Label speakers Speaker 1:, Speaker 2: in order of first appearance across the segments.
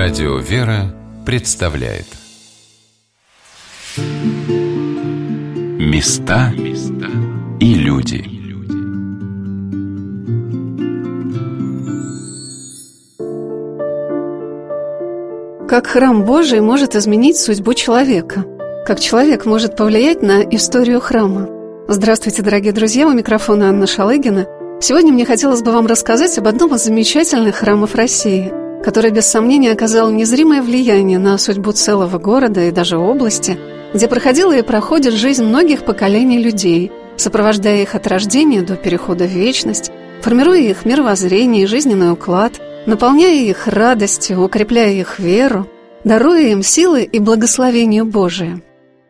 Speaker 1: Радио «Вера» представляет Места и люди.
Speaker 2: Как храм Божий может изменить судьбу человека? Как человек может повлиять на историю храма? Здравствуйте, дорогие друзья, у микрофона Анна Шалыгина. Сегодня мне хотелось бы вам рассказать об одном из замечательных храмов России, который без сомнения оказал незримое влияние на судьбу целого города и даже области, где проходила и проходит жизнь многих поколений людей, сопровождая их от рождения до перехода в вечность, формируя их мировоззрение и жизненный уклад, наполняя их радостью, укрепляя их веру, даруя им силы и благословение Божие.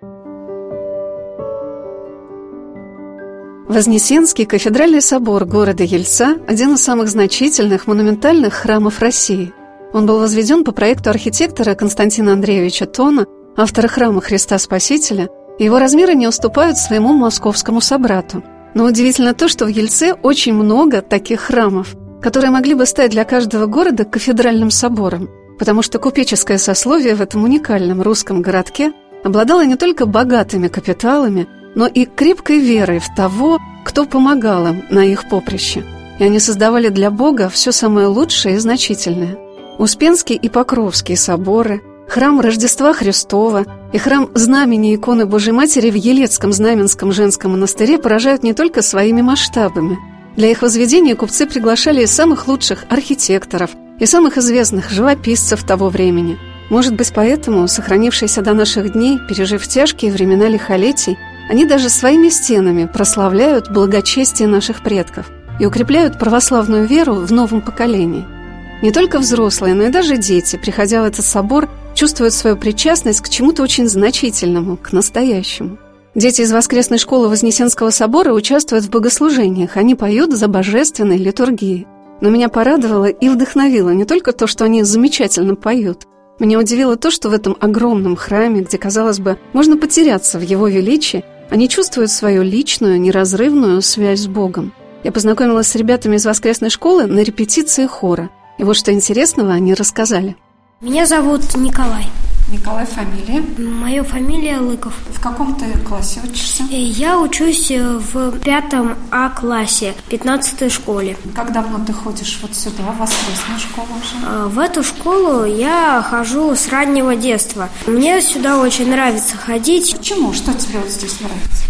Speaker 2: Вознесенский кафедральный собор города Ельца – один из самых значительных монументальных храмов России. Он был возведен по проекту архитектора Константина Андреевича Тона, автора храма Христа Спасителя, и его размеры не уступают своему московскому собрату. Но удивительно то, что в Ельце очень много таких храмов, которые могли бы стать для каждого города кафедральным собором, потому что купеческое сословие в этом уникальном русском городке обладало не только богатыми капиталами, но и крепкой верой в того, кто помогал им на их поприще. И они создавали для Бога все самое лучшее и значительное. Успенский и Покровский соборы, храм Рождества Христова и храм Знамени иконы Божьей Матери в Елецком Знаменском женском монастыре поражают не только своими масштабами. Для их возведения купцы приглашали и самых лучших архитекторов, и самых известных живописцев того времени. Может быть, поэтому, сохранившиеся до наших дней, пережив тяжкие времена лихолетий, они даже своими стенами прославляют благочестие наших предков и укрепляют православную веру в новом поколении. Не только взрослые, но и даже дети, приходя в этот собор, чувствуют свою причастность к чему-то очень значительному, к настоящему. Дети из воскресной школы Вознесенского собора участвуют в богослужениях, они поют за божественной литургией. Но меня порадовало и вдохновило не только то, что они замечательно поют. Меня удивило то, что в этом огромном храме, где, казалось бы, можно потеряться в его величии, они чувствуют свою личную, неразрывную связь с Богом. Я познакомилась с ребятами из воскресной школы на репетиции хора. И вот что интересного они рассказали.
Speaker 3: Меня зовут Николай.
Speaker 2: Николай, фамилия?
Speaker 3: Моя фамилия Лыков.
Speaker 2: В каком ты классе учишься?
Speaker 3: Я учусь в 5 А классе, 15-й школе.
Speaker 2: Как давно ты ходишь вот сюда, в воскресную школу уже?
Speaker 3: В эту школу я хожу с раннего детства. Мне сюда очень нравится ходить.
Speaker 2: Почему? Что тебе вот здесь нравится?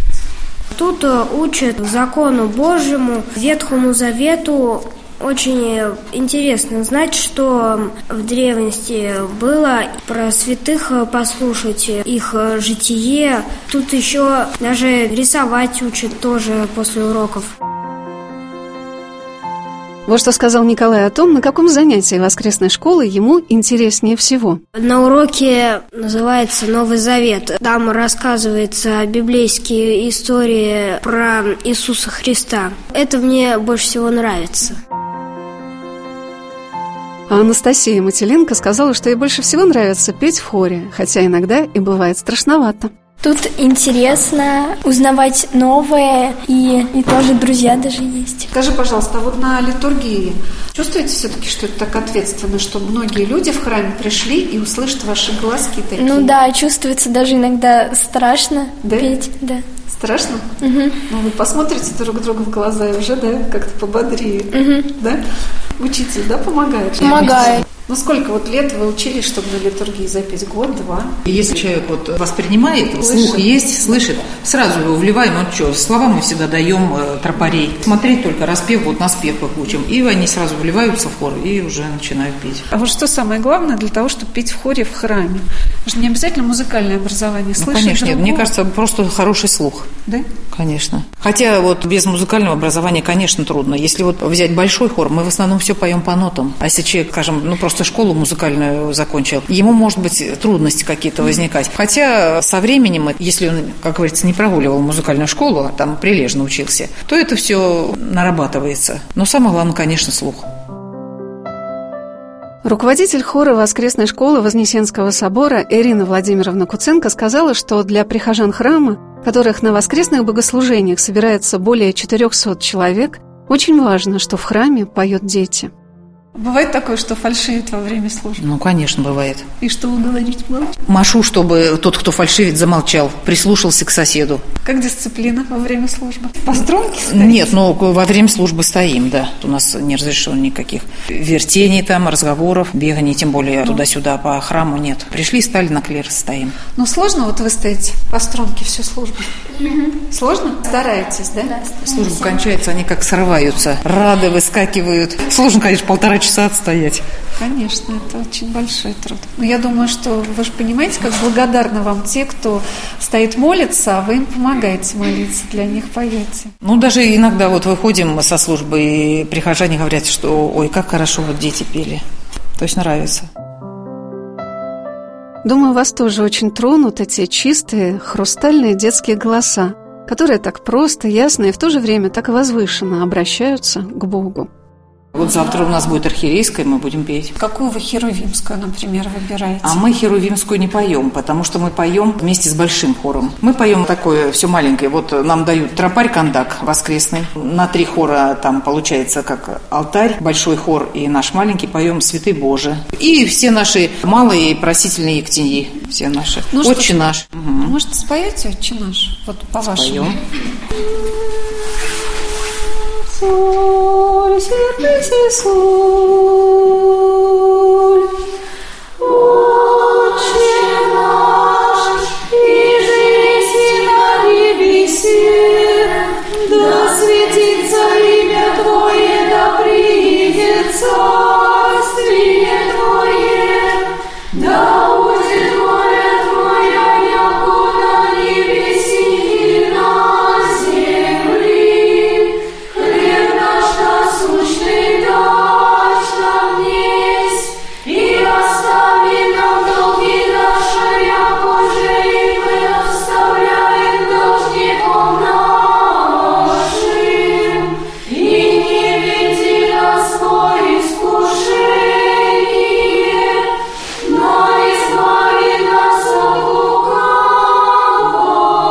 Speaker 3: Тут учат закону Божьему, Ветхому Завету. Очень интересно знать, что в древности было, про святых послушать, их житие. Тут еще даже рисовать учат тоже после уроков.
Speaker 2: Вот что сказал Николай о том, на каком занятии воскресной школы ему интереснее всего.
Speaker 3: На уроке называется «Новый Завет». Там рассказывается библейские истории про Иисуса Христа. Это мне больше всего нравится.
Speaker 2: А Анастасия Матиленко сказала, что ей больше всего нравится петь в хоре, хотя иногда и бывает страшновато.
Speaker 4: Тут интересно узнавать новое, и тоже друзья даже есть.
Speaker 2: Скажи, пожалуйста, а вот на литургии чувствуете все-таки, что это так ответственно, что многие люди в храме пришли и услышат ваши голоски такие?
Speaker 4: Ну да, чувствуется даже иногда страшно петь. Да.
Speaker 2: Страшно?
Speaker 4: Угу.
Speaker 2: Ну, вы посмотрите друг другу в глаза и уже, как-то пободрее, да? Учитель, помогает?
Speaker 4: Помогает.
Speaker 2: Ну, сколько лет вы учились, чтобы на литургии запеть? Год, 2?
Speaker 5: Если человек воспринимает, слух есть, слышит, сразу его вливаем, слова мы всегда даем тропарей. Смотреть только распев, на спев как учим, и они сразу вливаются в хор и уже начинают петь.
Speaker 2: А вот что самое главное для того, чтобы петь в хоре в храме? Это же не обязательно музыкальное образование. Слышать
Speaker 5: конечно,
Speaker 2: другого.
Speaker 5: Мне кажется, просто хороший слух.
Speaker 2: Да?
Speaker 5: Конечно. Хотя без музыкального образования, конечно, трудно. Если взять большой хор, мы в основном все поем по нотам. А если человек, скажем, просто школу музыкальную закончил, ему, может быть, трудности какие-то возникать. Хотя со временем, если он, как говорится, не прогуливал музыкальную школу, а там прилежно учился, то это все нарабатывается. Но самое главное, конечно, слух.
Speaker 2: Руководитель хора воскресной школы Вознесенского собора Ирина Владимировна Куценко сказала, что для прихожан храма, которых на воскресных богослужениях собирается более 400 человек, очень важно, что в храме поют дети. Бывает такое, что фальшивит во время службы?
Speaker 5: Ну, конечно, бывает.
Speaker 2: И что вы говорите?
Speaker 5: Машу, чтобы тот, кто фальшивит, замолчал, прислушался к соседу.
Speaker 2: Как дисциплина во время службы? По струнке стоите?
Speaker 5: Нет, но во время службы стоим, да. У нас не разрешено никаких вертений там, разговоров, беганий, тем более туда-сюда по храму нет. Пришли, стали на клирос, стоим.
Speaker 2: Ну, сложно вот вы стоите по струнке всю службу? Сложно? Стараетесь, да?
Speaker 4: Да,
Speaker 5: Служба кончается, они как срываются, рады выскакивают. Сложно, конечно, 1,5 часа отстоять.
Speaker 2: Конечно, это очень большой труд. Но я думаю, что вы же понимаете, как благодарны вам те, кто стоит молится, а вы им помогаете молиться, для них поете.
Speaker 5: Ну, даже иногда вот выходим со службы, и прихожане говорят, что ой, как хорошо вот дети пели. То есть нравится.
Speaker 2: Думаю, вас тоже очень тронут эти чистые, хрустальные детские голоса, которые так просто, ясно и в то же время так возвышенно обращаются к Богу.
Speaker 5: Вот завтра у нас будет архиерейская, мы будем петь.
Speaker 2: Какую вы херувимскую, например, выбираете?
Speaker 5: А мы херувимскую не поем, потому что мы поем вместе с большим хором. Мы поем такое все маленькое. Вот нам дают тропарь-кандак воскресный. На 3 хора там получается как алтарь, большой хор и наш маленький поем «Святый Боже». И все наши малые просительные ектеньи, все наши.
Speaker 2: Ну,
Speaker 5: «Отче наш».
Speaker 2: Может, споете «Отче наш»? Вот по-вашему.
Speaker 5: Споем.
Speaker 2: Соль, сердце, соль, Отче наш, иже си на небесе, да светится имя Твое, да приидет царствие Твое, да будет воля Твоя, яко на небеси и на земли. Насущный дашь нам днесь, и остави нам долги наши, якоже и мы оставляем должником нашим. И не веди нас во искушение, но избави нас от лукавого.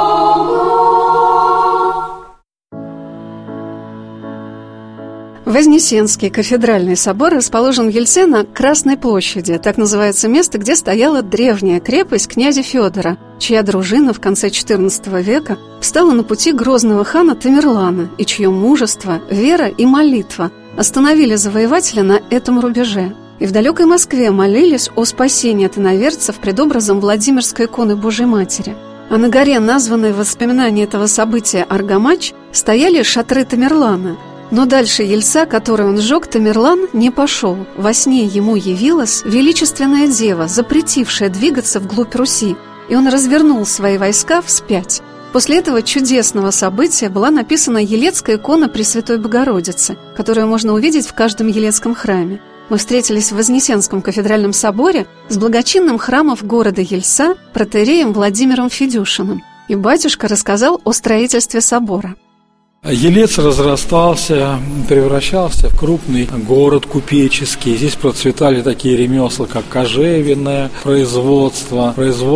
Speaker 2: Вознесенский кафедральный собор расположен в Ельце на Красной площади. Так называется место, где стояла древняя крепость князя Федора, чья дружина в конце XIV века встала на пути грозного хана Тамерлана и чье мужество, вера и молитва остановили завоевателя на этом рубеже. И в далекой Москве молились о спасении от иноверцев пред образом Владимирской иконы Божией Матери. А на горе, названной в воспоминании этого события Аргамач, стояли шатры Тамерлана. Но дальше Ельца, который он сжег, Тамерлан не пошел. Во сне ему явилась величественная дева, запретившая двигаться вглубь Руси, и он развернул свои войска вспять. После этого чудесного события была написана елецкая икона Пресвятой Богородицы, которую можно увидеть в каждом елецком храме. Мы встретились в Вознесенском кафедральном соборе с благочинным храмом города Ельца протоиереем Владимиром Федюшиным, и батюшка рассказал о строительстве собора.
Speaker 6: Елец разрастался, превращался в крупный город купеческий. Здесь процветали такие ремесла, как кожевенное производство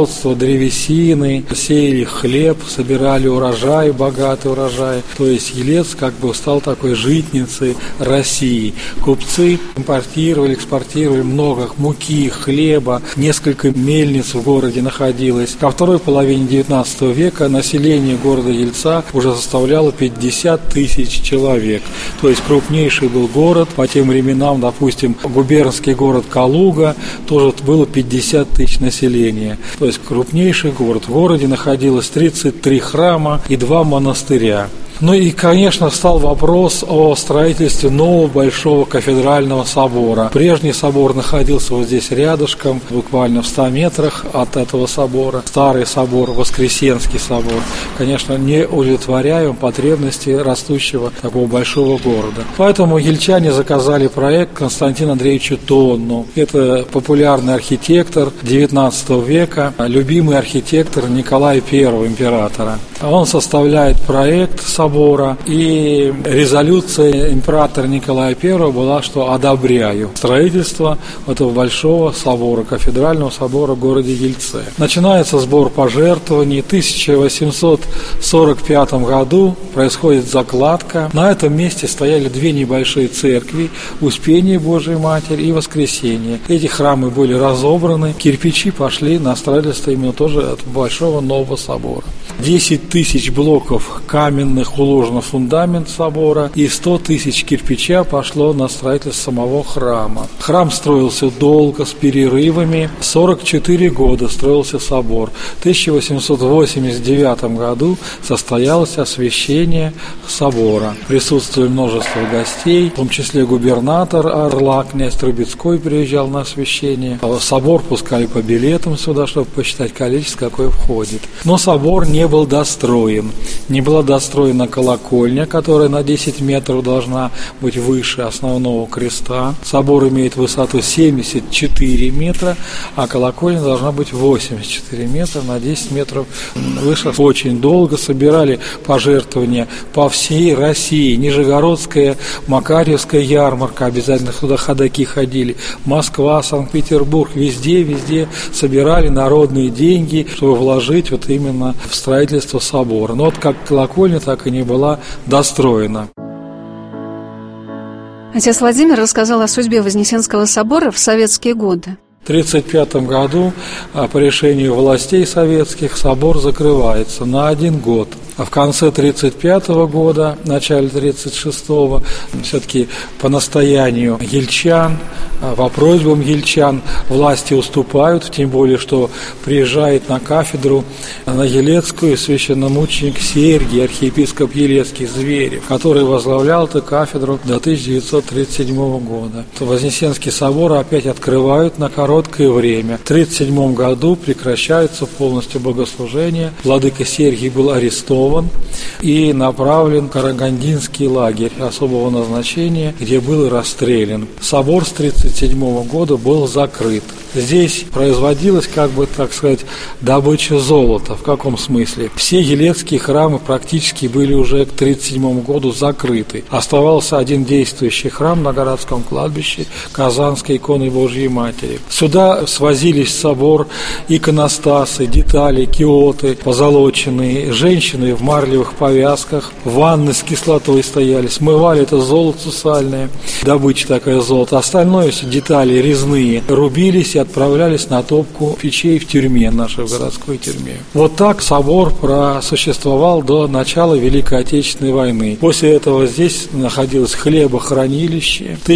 Speaker 6: древесины, сеяли хлеб, собирали урожай, богатый урожай. То есть Елец как бы стал такой житницей России. Купцы импортировали, экспортировали много муки, хлеба, несколько мельниц в городе находилось. Ко второй половине XIX века население города Ельца уже составляло 50 тысяч человек. То есть крупнейший был город. По тем временам, допустим, губернский город Калуга тоже было 50 тысяч населения. То есть крупнейший город. В городе находилось 33 храма и 2 монастыря. Ну и, конечно, встал вопрос о строительстве нового большого кафедрального собора. Прежний собор находился вот здесь рядышком, буквально в 100 метрах от этого собора. Старый собор, Воскресенский собор, конечно, не удовлетворяем потребности растущего такого большого города. Поэтому ельчане заказали проект Константину Андреевичу Тонну. Это популярный архитектор XIX века, любимый архитектор Николая I, императора. Он составляет проект собора, и резолюция императора Николая I была, что одобряю строительство этого большого собора, кафедрального собора в городе Ельце. Начинается сбор пожертвований. В 1845 году происходит закладка. На этом месте стояли две небольшие церкви: Успения Божией Матери и Воскресения. Эти храмы были разобраны, кирпичи пошли на строительство именно тоже от большого нового собора. 10 тысяч блоков каменных уложено в фундамент собора, и 100 тысяч кирпича пошло на строительство самого храма. Храм строился долго, с перерывами. 44 года строился собор. В 1889 году состоялось освящение собора. Присутствовали множество гостей, в том числе губернатор Орла, князь Трубецкой приезжал на освящение. Собор пускали по билетам сюда, чтобы посчитать количество, какое входит. Но собор не был достроен. Не была достроена колокольня, которая на 10 метров должна быть выше основного креста. Собор имеет высоту 74 метра, а колокольня должна быть 84 метра, на 10 метров выше. Очень долго собирали пожертвования по всей России. Нижегородская, Макарьевская ярмарка, обязательно туда ходаки ходили. Москва, Санкт-Петербург, везде собирали народные деньги, чтобы вложить вот именно в строительство собора. Но вот как колокольня так и не была достроена.
Speaker 2: Отец Владимир рассказал о судьбе Вознесенского собора в советские годы.
Speaker 6: В 1935 году по решению властей советских собор закрывается на 1 год. А в конце 1935 года, в начале 1936, все-таки по настоянию ельчан, по просьбам ельчан власти уступают, тем более, что приезжает на кафедру на Елецкую священномученик Сергий, архиепископ Елецкий Зверев, который возглавлял эту кафедру до 1937 года. Вознесенский собор опять открывают на короткое время. В 1937 году прекращается полностью богослужение. Владыка Сергий был арестован и направлен в Карагандинский лагерь особого назначения, где был расстрелян. Собор с 1937 года был закрыт. Здесь производилась, так сказать, добыча золота. В каком смысле? Все елецкие храмы практически были уже к 1937 году закрыты. Оставался один действующий храм на городском кладбище Казанской иконы Божьей Матери. Сюда свозились в собор иконостасы, детали, киоты позолоченные, женщины в марлевых повязках, ванны с кислотой стояли, смывали это золото сальное, добыча такая золото. Остальное все детали резные рубились и отправлялись на топку печей в тюрьме, нашей городской тюрьме. Вот так собор просуществовал до начала Великой Отечественной войны. После этого здесь находилось хлебохранилище. В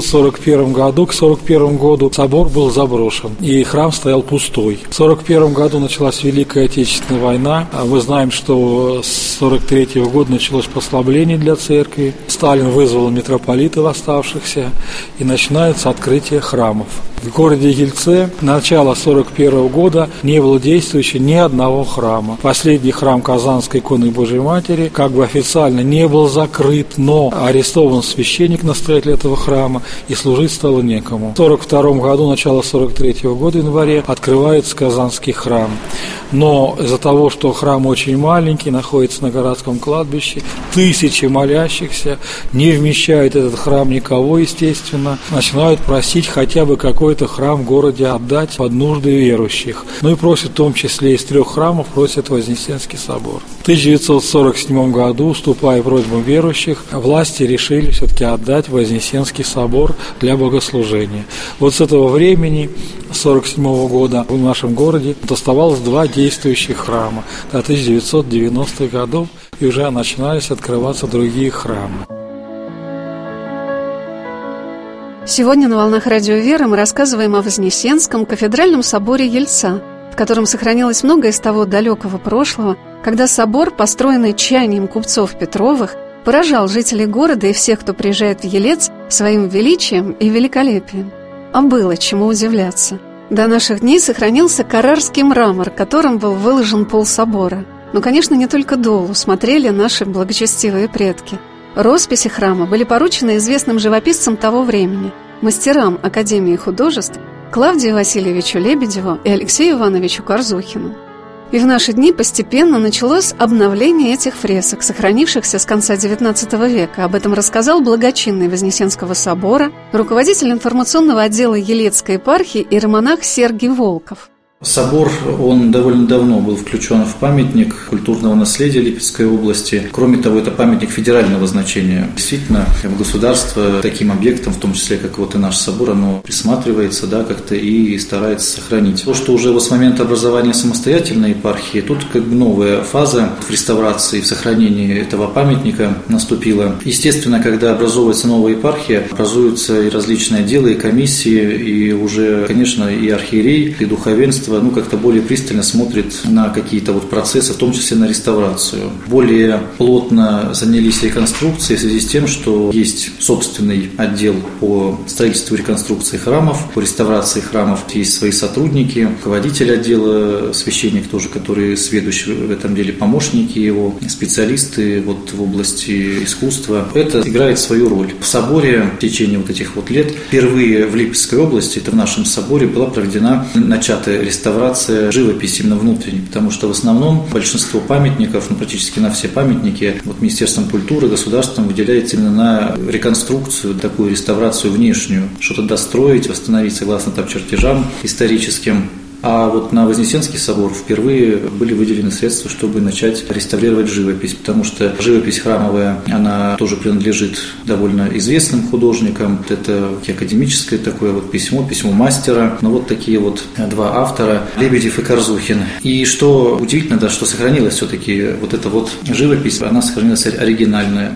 Speaker 6: 1941 году, к 1941 году собор был заброшен, и храм стоял пустой. В 1941 году началась Великая Отечественная война. Мы знаем, что с 1943 года началось послабление для церкви. Сталин вызвал митрополитов оставшихся, и начинается открытие храмов. В городе Ельце начала 1941 года не было действующего ни одного храма. Последний храм Казанской иконы Божьей Матери официально не был закрыт, но арестован священник, настоятель этого храма, и служить стало некому. В 1942 году, начало 1943 года, в январе, открывается Казанский храм. Но из-за того, что храм очень маленький, находится на городском кладбище, тысячи молящихся, не вмещает этот храм никого, естественно, начинают просить хотя бы какой-то храм в городе отдать под нужды верующих. Ну и просят, в том числе из 3 храмов, просят Вознесенский собор. В 1947 году, уступая просьбам верующих, власти решили все-таки отдать Вознесенский собор для богослужения. Вот с этого времени, с 1947 года, в нашем городе оставалось 2 действующих храма до 1990-х годов, и уже начинались открываться другие храмы.
Speaker 2: Сегодня на «Волнах Радио Веры» мы рассказываем о Вознесенском кафедральном соборе Ельца, в котором сохранилось многое из того далекого прошлого, когда собор, построенный чаянием купцов Петровых, поражал жителей города и всех, кто приезжает в Елец, своим величием и великолепием. А было чему удивляться. До наших дней сохранился каррарский мрамор, которым был выложен пол собора. Но, конечно, не только долу смотрели наши благочестивые предки. Росписи храма были поручены известным живописцам того времени, мастерам Академии художеств Клавдию Васильевичу Лебедеву и Алексею Ивановичу Корзухину. И в наши дни постепенно началось обновление этих фресок, сохранившихся с конца XIX века. Об этом рассказал благочинный Вознесенского собора, руководитель информационного отдела Елецкой епархии иеромонах Сергий Волков.
Speaker 7: Собор, он довольно давно был включен в памятник культурного наследия Липецкой области. Кроме того, это памятник федерального значения. Действительно, государство таким объектом, в том числе, как вот и наш собор, оно присматривается, как-то и старается сохранить. То, что уже с момента образования самостоятельной епархии, тут как бы новая фаза в реставрации, в сохранении этого памятника наступила. Естественно, когда образовывается новая епархия, образуются и различные отделы, и комиссии, и уже, конечно, и архиерей, и духовенство как-то более пристально смотрит на какие-то процессы, в том числе на реставрацию. Более плотно занялись реконструкцией в связи с тем, что есть собственный отдел по строительству и реконструкции храмов, по реставрации храмов. Есть свои сотрудники, руководитель отдела, священник тоже, который сведущий в этом деле, помощники его, специалисты в области искусства. Это играет свою роль. В соборе в течение этих лет впервые в Липецкой области, это в нашем соборе, была проведена начатая реставрация живописи именно внутренней, потому что в основном большинство памятников, практически на все памятники, Министерством культуры, государством выделяется именно на реконструкцию, такую реставрацию внешнюю, что-то достроить, восстановить согласно чертежам историческим. А на Вознесенский собор впервые были выделены средства, чтобы начать реставрировать живопись, потому что живопись храмовая, она тоже принадлежит довольно известным художникам. Это академическое такое письмо мастера. Но такие два автора, Лебедев и Корзухин. И что удивительно, что сохранилась все-таки эта живопись, она сохранилась оригинальная.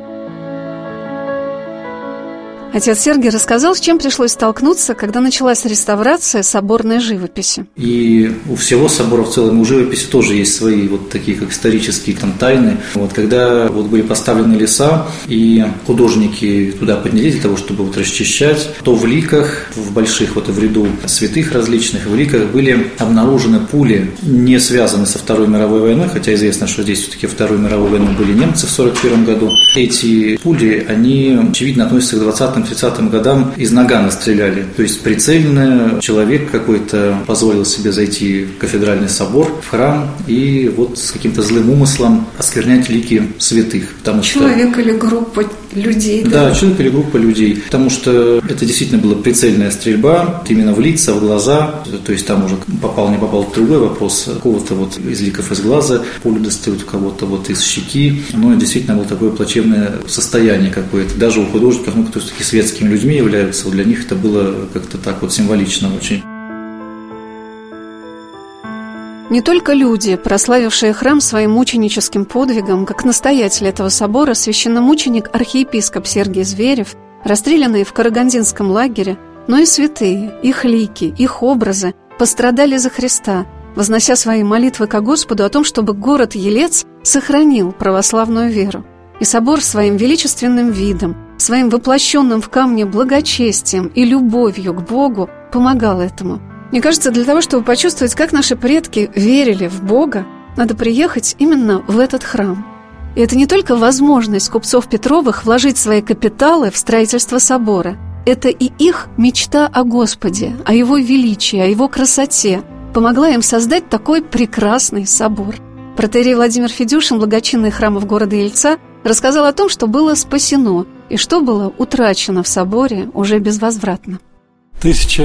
Speaker 2: Отец Сергий рассказал, с чем пришлось столкнуться, когда началась реставрация соборной живописи.
Speaker 7: И у всего собора в целом, у живописи тоже есть свои такие как исторические тайны. Когда были поставлены леса, и художники туда поднялись для того, чтобы расчищать, то в ликах, в больших в ряду святых различных, в ликах были обнаружены пули, не связанные со Второй мировой войной, хотя известно, что здесь все-таки Второй мировой войны были немцы в 1941 году. Эти пули, они, очевидно, относятся к 20-30 годам, из нагана стреляли. То есть прицельно человек какой-то позволил себе зайти в кафедральный собор, в храм, и с каким-то злым умыслом осквернять лики святых.
Speaker 2: Человек или группа людей.
Speaker 7: Да, человек или группа людей. Потому что это действительно была прицельная стрельба, именно в лица, в глаза. То есть там уже попал, не попал, другой вопрос. Какого-то из ликов из глаза пулю достают, у кого-то из щеки. Но действительно было такое плачевное состояние какое-то. Даже у художников, которые такие светскими людьми являются, для них это было как-то так символично очень.
Speaker 2: Не только люди, прославившие храм своим мученическим подвигом, как настоятель этого собора, священномученик архиепископ Сергий Зверев, расстрелянный в Карагандинском лагере, но и святые, их лики, их образы пострадали за Христа, вознося свои молитвы ко Господу о том, чтобы город Елец сохранил православную веру. И собор своим величественным видом, своим воплощенным в камне благочестием и любовью к Богу помогал этому. Мне кажется, для того, чтобы почувствовать, как наши предки верили в Бога, надо приехать именно в этот храм. И это не только возможность купцов Петровых вложить свои капиталы в строительство собора. Это и их мечта о Господе, о Его величии, о Его красоте помогла им создать такой прекрасный собор. Протоиерей Владимир Федюшин, благочинный храмов города Ельца, рассказал о том, что было спасено и что было утрачено в соборе уже безвозвратно.
Speaker 6: В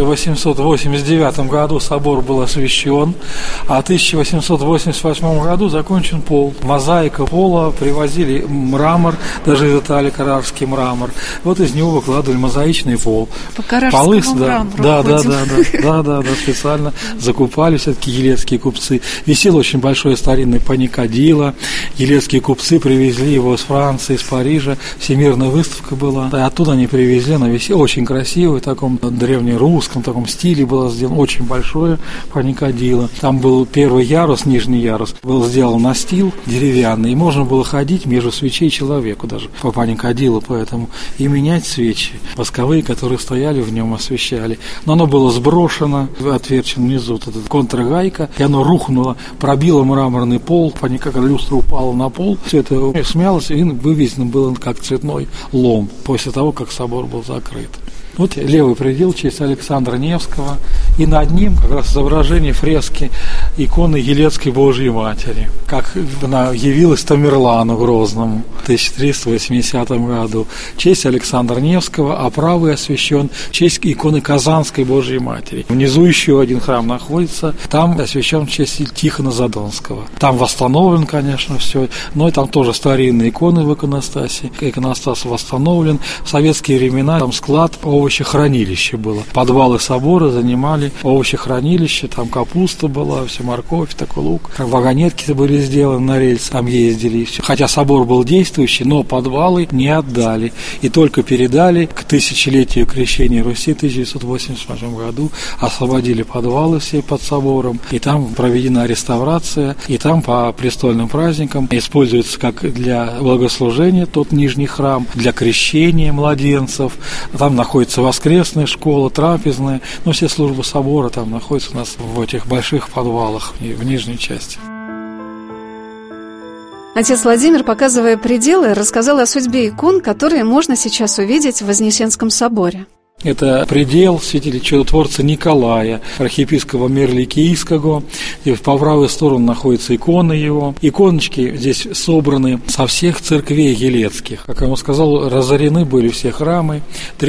Speaker 6: 1889 году собор был освящен, а в 1888 году закончен пол. Мозаика пола, привозили мрамор, даже из Италии каррарский мрамор. Из него выкладывали мозаичный пол.
Speaker 5: По каррарскому мрамору.
Speaker 6: Да, специально закупали все-таки елецкие купцы. Висело очень большое старинное паникадило. Елецкие купцы привезли его из Франции, из Парижа. Всемирная выставка была. И оттуда они привезли, она висела очень красивая, в таком древнем русском таком стиле было сделано, очень большое паникадило. Там был первый ярус, нижний ярус, был сделан настил деревянный, и можно было ходить между свечей человеку даже по паникадилу, поэтому и менять свечи восковые, которые стояли в нем, освещали. Но оно было сброшено, отверчен внизу эта контргайка, и оно рухнуло, пробило мраморный пол, как люстра упала на пол, все это смялось, и вывезено было как цветной лом после того, как собор был закрыт. Левый предел в честь Александра Невского, и над ним как раз изображение фрески иконы Елецкой Божьей Матери, как она явилась Тамерлану Грозному в 1380 году. В честь Александра Невского, а правый освящен в честь иконы Казанской Божьей Матери. Внизу еще один храм находится, там освящен в честь Тихона Задонского. Там восстановлен, конечно, все, но там тоже старинные иконы в иконостасе. Иконостас восстановлен. В советские времена там склад овощехранилища было. Подвалы собора занимали овощехранилище, там капуста была, все, морковь, такой лук. Вагонетки были сделаны на рельс, там ездили и все. Хотя собор был действующий, но подвалы не отдали. И только передали к тысячелетию крещения Руси в 1988 году, освободили подвалы все под собором, и там проведена реставрация, и там по престольным праздникам используется как для богослужения тот нижний храм, для крещения младенцев. Там находится воскресная школа, трапезная, но все службы собора там находятся у нас в этих больших подвалах в нижней части.
Speaker 2: Отец Владимир, показывая пределы, рассказал о судьбе икон, которые можно сейчас увидеть в Вознесенском соборе.
Speaker 6: Это предел святителя чудотворца Николая, архиепископа Мерликийского. И по правую сторону находятся иконы его. Иконочки здесь собраны со всех церквей елецких. Как я вам сказал, разорены были все храмы.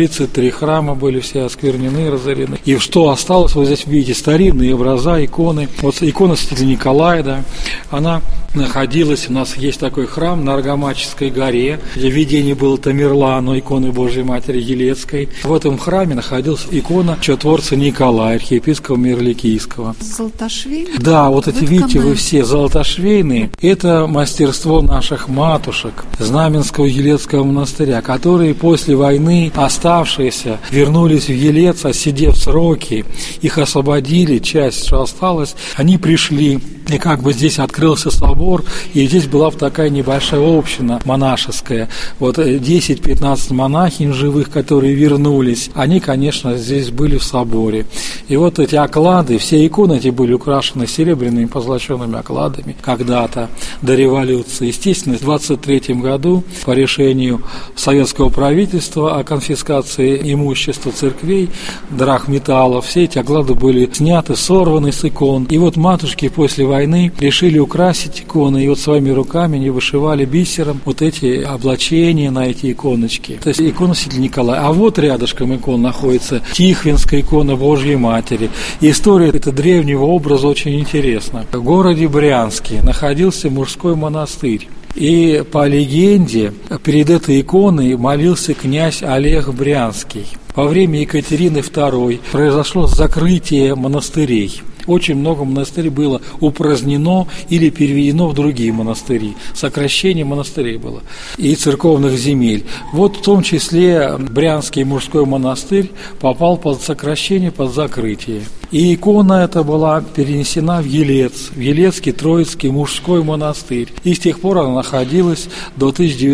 Speaker 6: 33 храма были все осквернены, разорены. И что осталось, вы здесь видите старинные образа, иконы. Вот икона святителя Николая, да, она находилась, у нас есть такой храм на Аргамаческой горе, где видение было Тамерлану, иконы Божьей Матери Елецкой. В этом храме находилась икона чудотворца Николая, архиепископа Мерликийского.
Speaker 2: Золотошвейный?
Speaker 6: Да, вот эти, видите, вы все золотошвейные, это мастерство наших матушек Знаменского Елецкого монастыря, которые после войны, оставшиеся, вернулись в Елец, отсидев сроки, их освободили, часть, что осталось, они пришли, и как бы здесь открылся собор, и здесь была такая небольшая община монашеская, вот 10-15 монахинь живых, которые вернулись, они, конечно, здесь были в соборе. И вот эти оклады, все иконы эти были украшены серебряными позолоченными окладами когда-то, до революции. Естественно, в 1923 году по решению советского правительства о конфискации имущества церквей, драгметаллов, все эти оклады были сняты, сорваны с икон. И вот матушки после войны решили украсить иконы, и вот своими руками они вышивали бисером вот эти облачения на эти иконочки. То есть икона святителя Николая. А вот рядышком икон находится Тихвинская икона Божьей Матери. И история этого древнего образа очень интересна. В городе Брянске находился мужской монастырь. И по легенде перед этой иконой молился князь Олег Брянский. Во время Екатерины II произошло закрытие монастырей. Очень много монастырей было упразднено или переведено в другие монастыри. Сокращение монастырей было. И церковных земель. Вот в том числе Брянский мужской монастырь попал под сокращение, под закрытие. И икона эта была перенесена в Елец, в Елецкий Троицкий мужской монастырь. И с тех пор она находилась до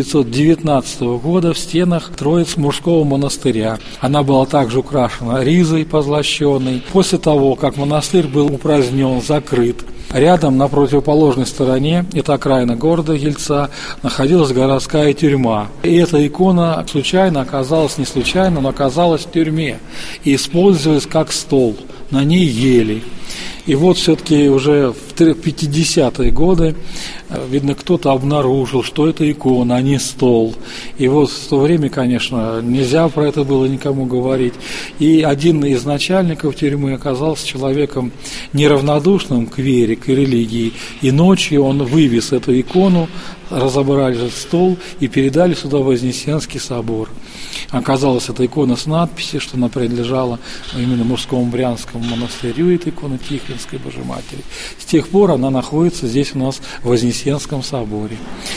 Speaker 6: 1919 года в стенах Троицкого мужского монастыря. Она была также украшена ризой позлощенной. После того, как монастырь был упразднен, закрыт, рядом на противоположной стороне, это окраина города Ельца, находилась городская тюрьма. И эта икона случайно оказалась, не случайно, но оказалась в тюрьме и использовалась как стол. На ней ели. И вот все-таки уже в 50-е годы, видно, кто-то обнаружил, что это икона, а не стол. И вот в то время, конечно, нельзя про это было никому говорить. И один из начальников тюрьмы оказался человеком неравнодушным к вере, к религии. И ночью он вывез эту икону, разобрали этот стол и передали сюда в Вознесенский собор. Оказалась эта икона с надписью, что она принадлежала именно мужскому Брянскому монастырю, эта икона Тихвинской Божьей Матери. С тех пор она находится здесь у нас в Вознесенском соборе.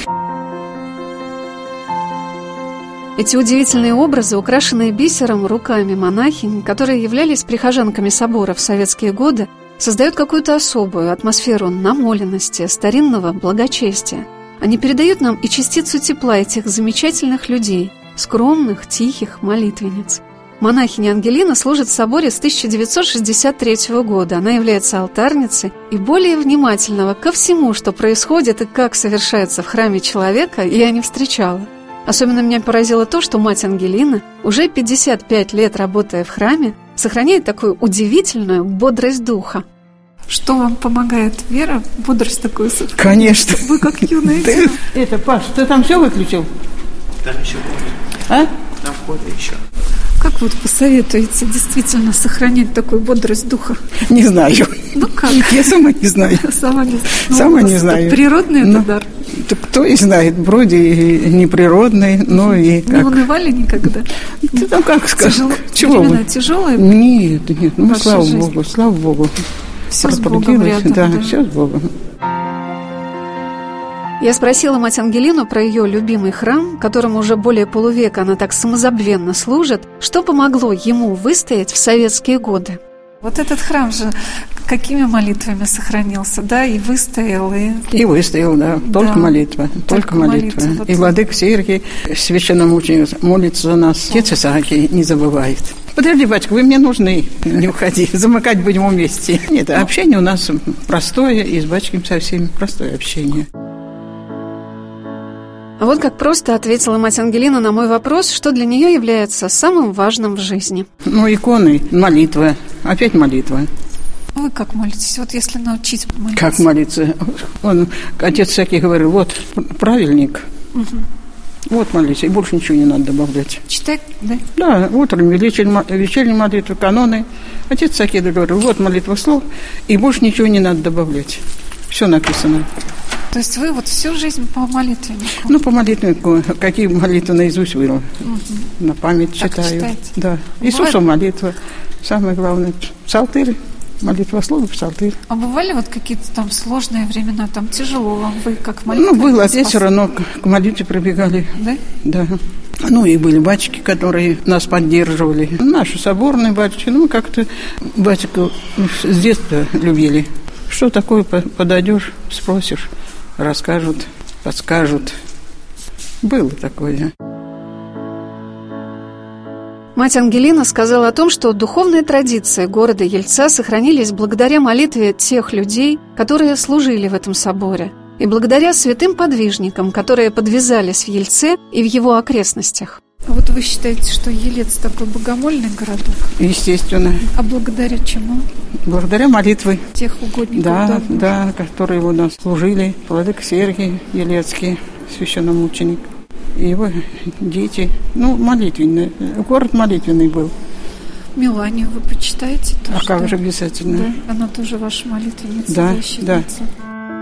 Speaker 2: Эти удивительные образы, украшенные бисером руками монахинь, которые являлись прихожанками собора в советские годы, создают какую-то особую атмосферу намоленности, старинного благочестия. Они передают нам и частицу тепла этих замечательных людей, скромных, тихих молитвенниц. Монахиня Ангелина служит в соборе с 1963 года. Она является алтарницей и более внимательного ко всему, что происходит и как совершается в храме человека, я не встречала. Особенно меня поразило то, что мать Ангелина, уже 55 лет работая в храме, сохраняет такую удивительную бодрость духа. Что вам помогает? Вера, бодрость такую сохранить?
Speaker 8: Конечно.
Speaker 2: Вы как юная дева.
Speaker 8: Это, Паш, ты там все выключил?
Speaker 9: Там еще будет.
Speaker 8: А?
Speaker 9: Там входит еще.
Speaker 2: Как вот посоветуете действительно сохранять такую бодрость духа?
Speaker 8: Не знаю.
Speaker 2: Ну как?
Speaker 8: Я сама не знаю.
Speaker 2: Сама не знаю.
Speaker 8: Сама не знаю.
Speaker 2: Природный это дар?
Speaker 8: Так кто и знает, вроде и неприродный, но и как.
Speaker 2: Не унывали никогда?
Speaker 8: Ты там как скажешь?
Speaker 2: Чего вы? Тяжелые?
Speaker 8: Нет, ну слава
Speaker 2: жизнь?
Speaker 8: Богу, слава Богу.
Speaker 2: Все с Богом рядом.
Speaker 8: Да, все с Богом.
Speaker 2: Я спросила мать Ангелину про ее любимый храм, которому уже более полувека она так самозабвенно служит, что помогло ему выстоять в советские годы. Вот этот храм же какими молитвами сохранился, да, и выстоял,
Speaker 8: И выстоял, да, только
Speaker 2: да.
Speaker 8: молитва, только молитва.
Speaker 2: Вот.
Speaker 8: И владыка Сергий, священномученик, молится за нас. Отец Исаакий не забывает. Подожди, батька, вы мне нужны, не уходи, замыкать будем вместе. Нет, общение у нас простое, и с батьком со всеми простое общение.
Speaker 2: А вот как просто ответила мать Ангелина на мой вопрос, что для нее является самым важным в жизни.
Speaker 8: Ну, иконы, молитва, опять молитва.
Speaker 2: Вы как молитесь? Вот если научить молиться.
Speaker 8: Как молиться? Отец всякий говорил, вот правильник, вот молись, и больше ничего не надо добавлять.
Speaker 2: Читать, да?
Speaker 8: Да, утром вечерние молитвы, каноны. Отец всякий говорил, вот молитва слов, и больше ничего не надо добавлять. Все написано.
Speaker 2: То есть вы вот всю жизнь по молитвеннику?
Speaker 8: Ну, по молитвеннику. Какие молитвы наизусть выла. На память так читаю. Читаете? Да. Иисусова молитва. Самое главное. Псалтырь. Молитва слова, псалтырь.
Speaker 2: А бывали вот какие-то там сложные времена? Там тяжело вам? Вы как молитвенник?
Speaker 8: Ну, было. Здесь все равно к молитве пробегали.
Speaker 2: Да?
Speaker 8: Да. Ну, и были батюшки, которые нас поддерживали. Наши соборные батюшки. Ну, как-то батюшку с детства любили. Что такое подойдешь, спросишь, расскажут, подскажут. Было такое.
Speaker 2: Мать Ангелина сказала о том, что духовные традиции города Ельца сохранились благодаря молитве тех людей, которые служили в этом соборе, и благодаря святым подвижникам, которые подвязались в Ельце и в его окрестностях. А вот вы считаете, что Елец такой богомольный городок?
Speaker 8: Естественно.
Speaker 2: А благодаря чему?
Speaker 8: Благодаря молитве.
Speaker 2: Тех угодников.
Speaker 8: Да, да, которые у нас служили. Владыка Сергий Елецкий, священномученик. И его дети. Ну, молитвенный. Город молитвенный был.
Speaker 2: Меланию вы почитаете тоже?
Speaker 8: А как же обязательно.
Speaker 2: Да, она тоже ваша молитвенница,
Speaker 8: да,
Speaker 2: защитница.
Speaker 8: Да.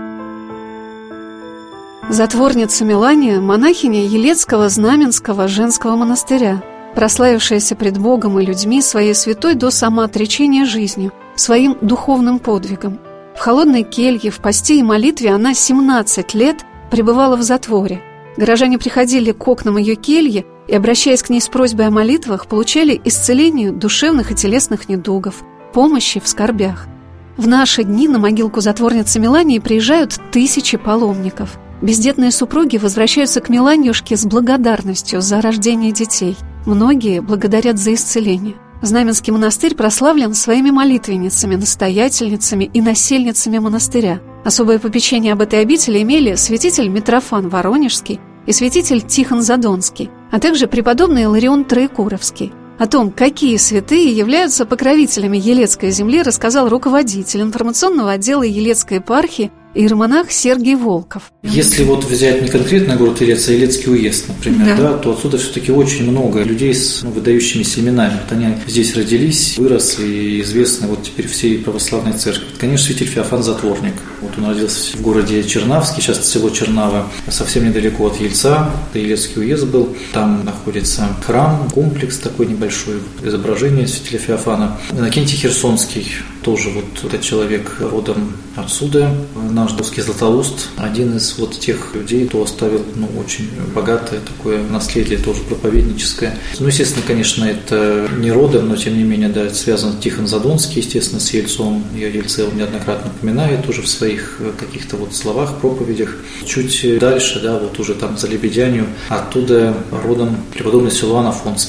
Speaker 2: Затворница Мелания – монахиня Елецкого Знаменского женского монастыря, прославившаяся пред Богом и людьми своей святой до самоотречения жизнью, своим духовным подвигом. В холодной келье, в посте и молитве она 17 лет пребывала в затворе. Горожане приходили к окнам ее кельи и, обращаясь к ней с просьбой о молитвах, получали исцеление душевных и телесных недугов, помощи в скорбях. В наши дни на могилку затворницы Мелании приезжают тысячи паломников. Бездетные супруги возвращаются к Меланьюшке с благодарностью за рождение детей. Многие благодарят за исцеление. Знаменский монастырь прославлен своими молитвенницами, настоятельницами и насельницами монастыря. Особое попечение об этой обители имели святитель Митрофан Воронежский и святитель Тихон Задонский, а также преподобный Иларион Троекуровский. О том, какие святые являются покровителями Елецкой земли, рассказал руководитель информационного отдела Елецкой епархии иеромонах Сергий Волков.
Speaker 7: Если вот взять не конкретно город Елец, а Елецкий уезд, например, да, то отсюда все-таки очень много людей с выдающимися именами. Вот они здесь родились, выросли и известны вот теперь всей православной церкви. Конечно, святитель Феофан Затворник. Вот он родился в городе Чернавске, сейчас это село Чернава, совсем недалеко от Ельца. Это Елецкий уезд был. Там находится храм, комплекс такой небольшой, изображение святителя Феофана. Иннокентий Херсонский, тоже вот этот человек родом отсюда. Наш русский Златоуст, один из вот тех людей, кто оставил очень богатое такое наследие, тоже проповедническое. Ну, естественно, конечно, это не родом, но тем не менее, да, это связано Тихон Задонский, естественно, с Ельцом. Я Ельце неоднократно упоминаю тоже в своих каких-то вот словах, проповедях. Чуть дальше, да, вот уже там за Лебедянью, оттуда родом преподобный Силуан Афонский,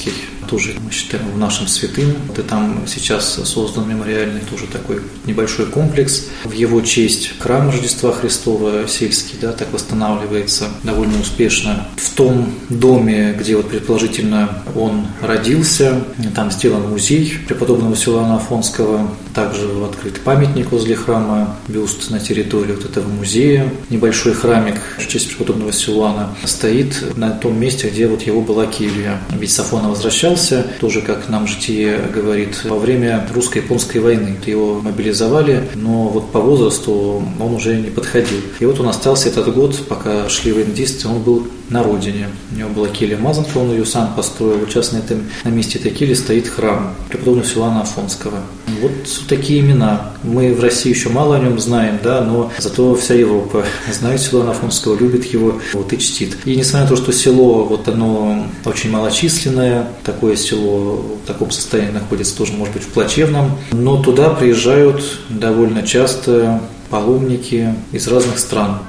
Speaker 7: тоже мы считаем его нашим святым. И там сейчас создан мемориальный тоже такой небольшой комплекс в его честь. Храм Рождества Христова сельский, да, так восстанавливается довольно успешно. В том доме, где вот предположительно он родился, там сделан музей преподобного Силуана Афонского, также открыт памятник возле храма, бюст на территории вот этого музея. Небольшой храмик в честь преподобного Силуана стоит на том месте, где вот его была келья. Ведь с Афона возвращался, тоже, как нам житие говорит, во время русско-японской войны. Его мобилизовали, но вот по возрасту он уже не подходил. И вот он остался этот год, пока шли военные действия, он был на родине. У него была келья Мазанка, он ее сам построил. Вот сейчас на месте этой кельи стоит храм преподобного Силуана Афонского. Вот такие имена. Мы в России еще мало о нем знаем, да, но зато вся Европа знает Силуана Афонского, любит его вот, и чтит. И несмотря на то, что село, вот оно очень малочисленное, такое село в таком состоянии находится, тоже может быть в плачевном, но туда приезжают довольно часто паломники из разных стран.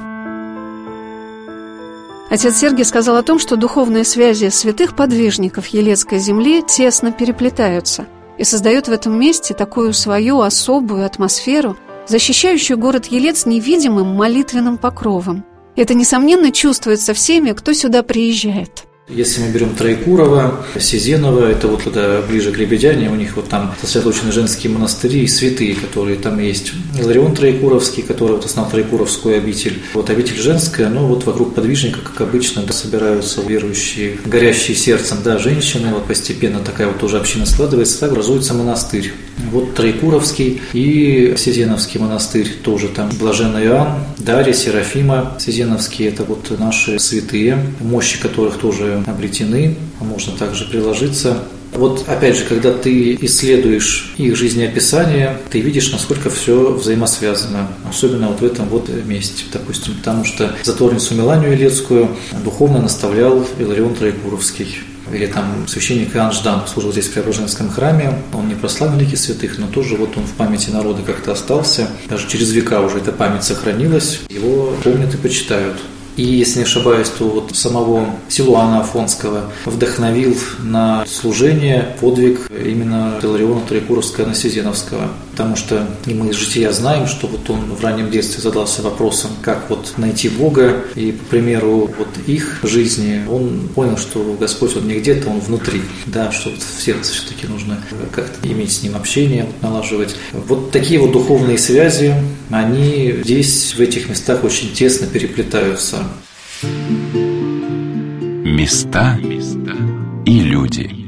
Speaker 2: Отец Сергий сказал о том, что духовные связи святых подвижников Елецкой земли тесно переплетаются и создают в этом месте такую свою особую атмосферу, защищающую город Елец невидимым молитвенным покровом. Это, несомненно, чувствуется всеми, кто сюда приезжает.
Speaker 7: Если мы берем Троекурово, Сизеново, это вот туда ближе к Лебедяне, у них вот там сосредоточены женские монастыри и святые, которые там есть. Иларион Троекуровский, который вот основал Троекуровскую обитель. Вот обитель женская, но вот вокруг подвижника, как обычно, да, собираются верующие, горящие сердцем, да, женщины. Вот постепенно такая вот тоже община складывается, так образуется монастырь. Вот Троекуровский и Сизеновский монастырь тоже там. Блаженный Иоанн, Дарья, Серафима Сизеновские, это вот наши святые, мощи которых тоже обретены, можно также приложиться. Вот опять же, когда ты исследуешь их жизнеописание, ты видишь, насколько все взаимосвязано, особенно вот в этом вот месте, допустим, потому что затворницу Меланию Елецкую духовно наставлял Иларион Троекуровский. Или там священник Иоанн Ждан служил здесь в Преображенском храме, он не прославил лики святых, но тоже вот он в памяти народа как-то остался, даже через века уже эта память сохранилась, его помнят и почитают. И, если не ошибаюсь, то вот самого Силуана Афонского вдохновил на служение, подвиг именно Илариона Троекуровского-Сизеновского. Потому что и мы из жития знаем, что вот он в раннем детстве задался вопросом, как вот найти Бога. И по примеру вот их жизни он понял, что Господь он не где-то, он внутри. Да, что вот в сердце все-таки нужно как-то иметь с ним общение, налаживать. Вот такие вот духовные связи, они здесь, в этих местах очень тесно переплетаются.
Speaker 1: Места и люди.